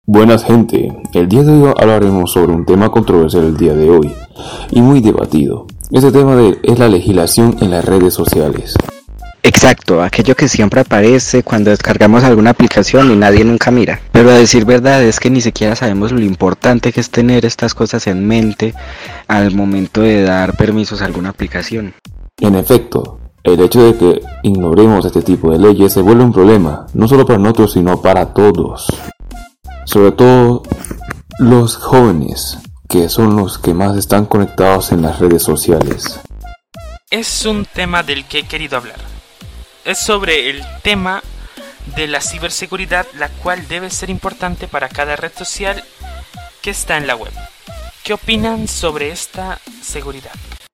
Buenas gente, el día de hoy hablaremos sobre un tema controversial el día de hoy y muy debatido. Este tema es la legislación en las redes sociales. Exacto, aquello que siempre aparece cuando descargamos alguna aplicación y nadie nunca mira. Pero a decir verdad es que ni siquiera sabemos lo importante que es tener estas cosas en mente al momento de dar permisos a alguna aplicación. En efecto, el hecho de que ignoremos este tipo de leyes se vuelve un problema, no solo para nosotros sino para todos. Sobre todo los jóvenes, que son los que más están conectados en las redes sociales. Es un tema del que he querido hablar. Es sobre el tema de la ciberseguridad, la cual debe ser importante para cada red social que está en la web. ¿Qué opinan sobre esta seguridad?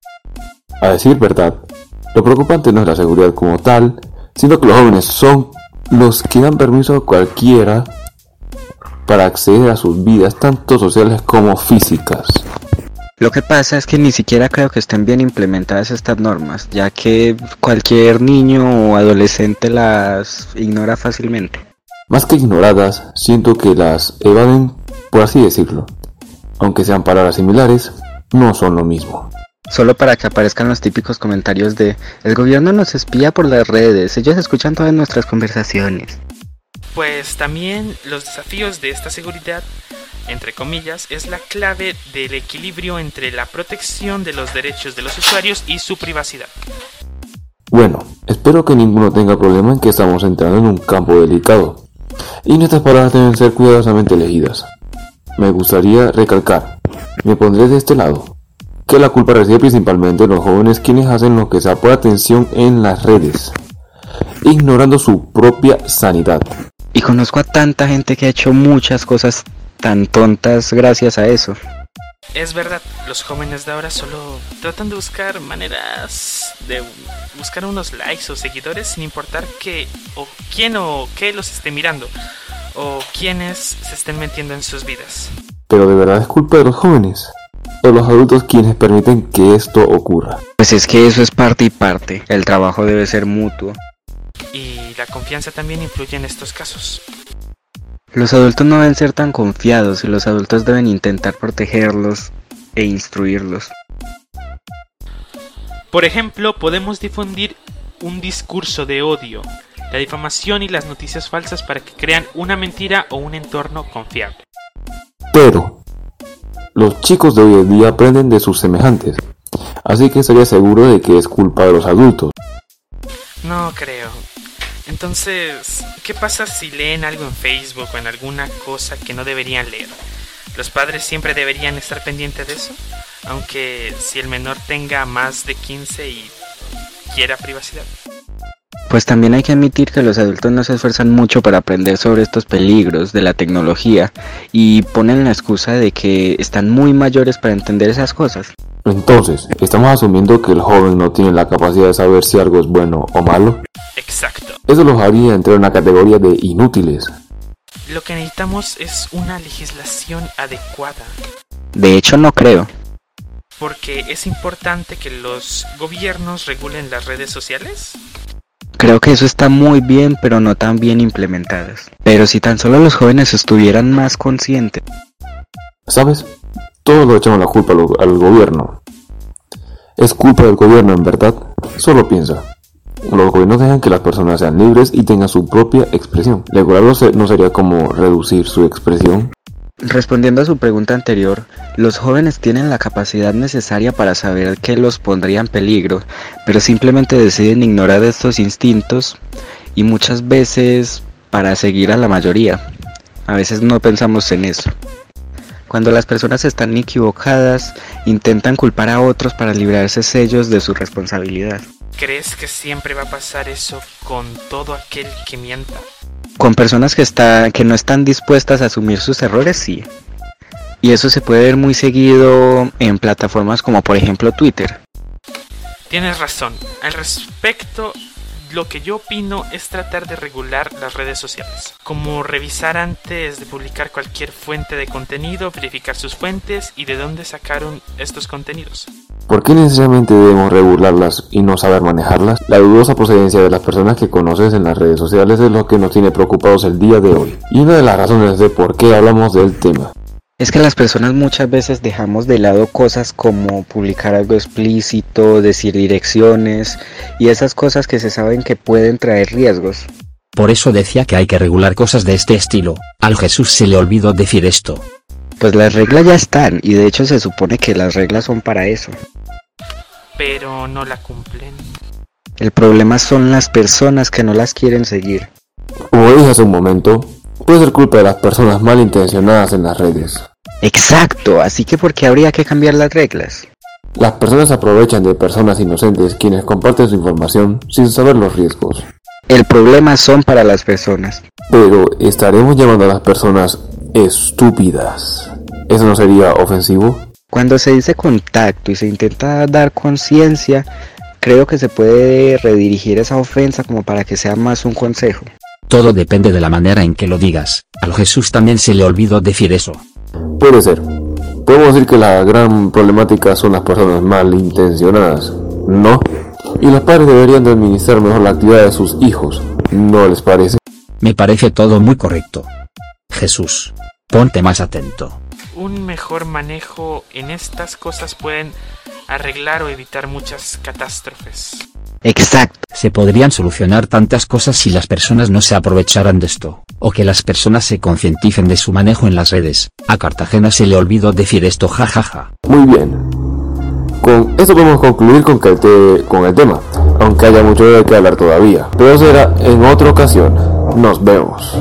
A decir verdad, lo preocupante no es la seguridad como tal, sino que los jóvenes son los que dan permiso a cualquiera para acceder a sus vidas, tanto sociales como físicas. Lo que pasa es que ni siquiera creo que estén bien implementadas estas normas, ya que cualquier niño o adolescente las ignora fácilmente. Más que ignoradas, siento que las evaden, por así decirlo. Aunque sean palabras similares, no son lo mismo. Solo para que aparezcan los típicos comentarios de el gobierno nos espía por las redes, ellos escuchan todas nuestras conversaciones. Pues también los desafíos de esta seguridad, entre comillas, es la clave del equilibrio entre la protección de los derechos de los usuarios y su privacidad. Bueno, espero que ninguno tenga problema en que estamos entrando en un campo delicado, y nuestras palabras deben ser cuidadosamente elegidas. Me gustaría recalcar, me pondré de este lado, que la culpa reside principalmente en los jóvenes quienes hacen lo que sea por atención en las redes, ignorando su propia sanidad. Y conozco a tanta gente que ha hecho muchas cosas tan tontas gracias a eso. Es verdad, los jóvenes de ahora solo tratan de buscar maneras de buscar unos likes o seguidores sin importar qué o quién o qué los esté mirando o quiénes se estén metiendo en sus vidas. Pero ¿de verdad es culpa de los jóvenes o los adultos quienes permiten que esto ocurra? Pues es que eso es parte y parte, el trabajo debe ser mutuo. Y la confianza también influye en estos casos. Los adultos no deben ser tan confiados y los adultos deben intentar protegerlos e instruirlos. Por ejemplo, podemos difundir un discurso de odio, la difamación y las noticias falsas para que crean una mentira o un entorno confiable. Pero los chicos de hoy en día aprenden de sus semejantes, así que estaría seguro de que es culpa de los adultos. No creo. Entonces, ¿qué pasa si leen algo en Facebook o en alguna cosa que no deberían leer? ¿Los padres siempre deberían estar pendientes de eso? Aunque si el menor tenga más de 15 y quiera privacidad. Pues también hay que admitir que los adultos no se esfuerzan mucho para aprender sobre estos peligros de la tecnología y ponen la excusa de que están muy mayores para entender esas cosas. Entonces, ¿estamos asumiendo que el joven no tiene la capacidad de saber si algo es bueno o malo? Exacto. Eso los haría entrar en una categoría de inútiles. Lo que necesitamos es una legislación adecuada. De hecho, no creo. Porque es importante que los gobiernos regulen las redes sociales. Creo que eso está muy bien, pero no tan bien implementadas. Pero si tan solo los jóvenes estuvieran más conscientes. ¿Sabes? Todos lo echamos la culpa al gobierno. ¿Es culpa del gobierno en verdad? Solo piensa. Los gobiernos dejan que las personas sean libres y tengan su propia expresión. Regularlo no sería como reducir su expresión. Respondiendo a su pregunta anterior, los jóvenes tienen la capacidad necesaria para saber que los pondría en peligro, pero simplemente deciden ignorar estos instintos y muchas veces para seguir a la mayoría. A veces no pensamos en eso. Cuando las personas están equivocadas, intentan culpar a otros para librarse ellos de su responsabilidad. ¿Crees que siempre va a pasar eso con todo aquel que mienta? Con personas que no están dispuestas a asumir sus errores, sí. Y eso se puede ver muy seguido en plataformas como por ejemplo Twitter. Tienes razón. Al respecto, lo que yo opino es tratar de regular las redes sociales. Como revisar antes de publicar cualquier fuente de contenido, verificar sus fuentes y de dónde sacaron estos contenidos. ¿Por qué necesariamente debemos regularlas y no saber manejarlas? La dudosa procedencia de las personas que conoces en las redes sociales es lo que nos tiene preocupados el día de hoy, y una de las razones de por qué hablamos del tema. Es que las personas muchas veces dejamos de lado cosas como publicar algo explícito, decir direcciones y esas cosas que se saben que pueden traer riesgos. Por eso decía que hay que regular cosas de este estilo. Al Jesús se le olvidó decir esto. Pues las reglas ya están y de hecho se supone que las reglas son para eso. Pero no la cumplen. El problema son las personas que no las quieren seguir. Como dije hace un momento, puede ser culpa de las personas malintencionadas en las redes. Exacto, así que ¿por qué habría que cambiar las reglas? Las personas se aprovechan de personas inocentes quienes comparten su información sin saber los riesgos. El problema son para las personas. Pero ¿estaremos llamando a las personas estúpidas? ¿Eso no sería ofensivo? Cuando se dice contacto y se intenta dar conciencia, creo que se puede redirigir esa ofensa como para que sea más un consejo. Todo depende de la manera en que lo digas. Al Jesús también se le olvidó decir eso. Puede ser. Podemos decir que la gran problemática son las personas malintencionadas, ¿no? Y los padres deberían de administrar mejor la actividad de sus hijos, ¿no les parece? Me parece todo muy correcto. Jesús, ponte más atento. Un mejor manejo en estas cosas pueden arreglar o evitar muchas catástrofes. Exacto. Se podrían solucionar tantas cosas si las personas no se aprovecharan de esto, o que las personas se concienticen de su manejo en las redes. A Cartagena se le olvidó decir esto, jajaja. Muy bien. Con esto podemos concluir con el tema, aunque haya mucho de qué hablar todavía. Pero será en otra ocasión. Nos vemos.